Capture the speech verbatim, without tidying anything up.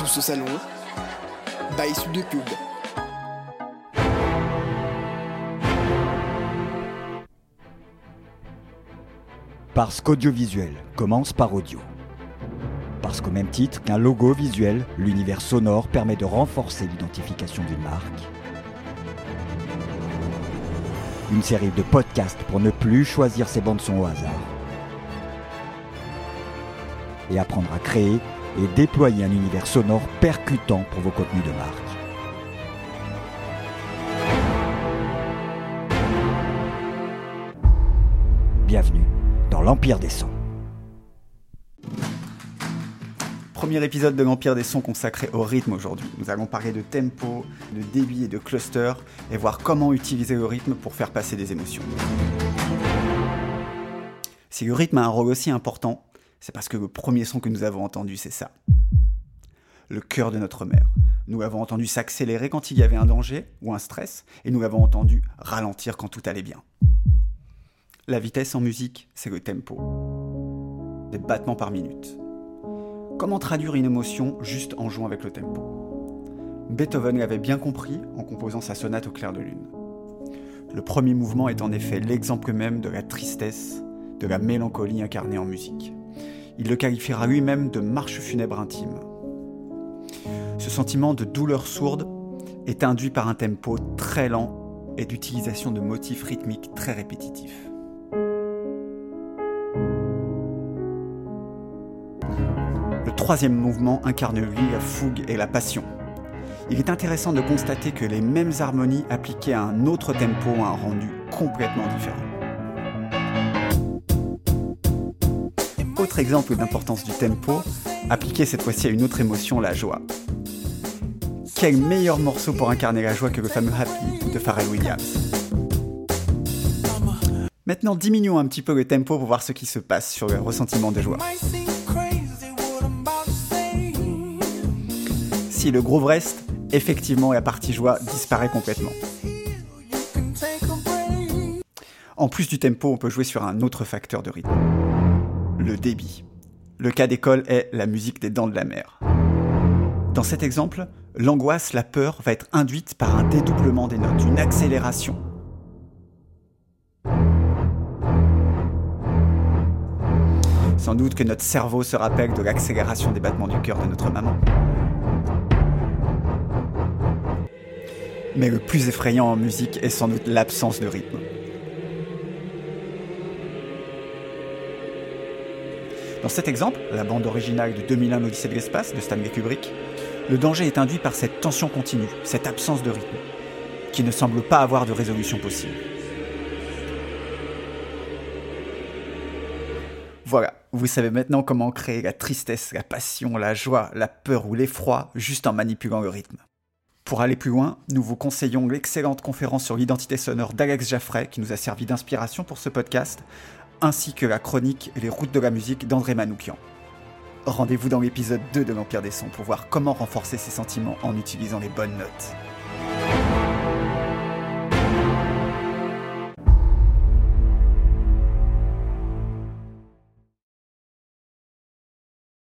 tous au salon. Bye sous de pub. Parce qu'audiovisuel commence par audio. Parce qu'au même titre qu'un logo visuel, l'univers sonore permet de renforcer l'identification d'une marque. Une série de podcasts pour ne plus choisir ses bandes-son au hasard. Et apprendre à créer et déployer un univers sonore percutant pour vos contenus de marque. Bienvenue dans l'Empire des Sons. Premier épisode de l'Empire des Sons consacré au rythme aujourd'hui. Nous allons parler de tempo, de débit et de cluster et voir comment utiliser le rythme pour faire passer des émotions. Si le rythme a un rôle aussi important, c'est parce que le premier son que nous avons entendu, c'est ça. Le cœur de notre mère. Nous l'avons entendu s'accélérer quand il y avait un danger ou un stress, et nous l'avons entendu ralentir quand tout allait bien. La vitesse en musique, c'est le tempo. Des battements par minute. Comment traduire une émotion juste en jouant avec le tempo ? Beethoven l'avait bien compris en composant sa sonate au clair de lune. Le premier mouvement est en effet l'exemple même de la tristesse, de la mélancolie incarnée en musique. Il le qualifiera lui-même de marche funèbre intime. Ce sentiment de douleur sourde est induit par un tempo très lent et d'utilisation de motifs rythmiques très répétitifs. Le troisième mouvement incarne lui la fougue et la passion. Il est intéressant de constater que les mêmes harmonies appliquées à un autre tempo ont un rendu complètement différent. Autre exemple d'importance du tempo, appliqué cette fois-ci à une autre émotion, la joie. Quel meilleur morceau pour incarner la joie que le fameux Happy de Pharrell Williams. Maintenant, diminuons un petit peu le tempo pour voir ce qui se passe sur le ressentiment de joie. Si le groove reste, effectivement la partie joie disparaît complètement. En plus du tempo, on peut jouer sur un autre facteur de rythme. Le débit. Le cas d'école est la musique des Dents de la Mer. Dans cet exemple, l'angoisse, la peur va être induite par un dédoublement des notes, une accélération. Sans doute que notre cerveau se rappelle de l'accélération des battements du cœur de notre maman. Mais le plus effrayant en musique est sans doute l'absence de rythme. Dans cet exemple, la bande originale de deux mille un l'Odyssée de l'espace de Stanley Kubrick, le danger est induit par cette tension continue, cette absence de rythme, qui ne semble pas avoir de résolution possible. Voilà, vous savez maintenant comment créer la tristesse, la passion, la joie, la peur ou l'effroi juste en manipulant le rythme. Pour aller plus loin, nous vous conseillons l'excellente conférence sur l'identité sonore d'Alex Jaffray qui nous a servi d'inspiration pour ce podcast, ainsi que la chronique Les routes de la musique d'André Manoukian. Rendez-vous dans l'épisode deux de l'Empire des Sons pour voir comment renforcer ses sentiments en utilisant les bonnes notes.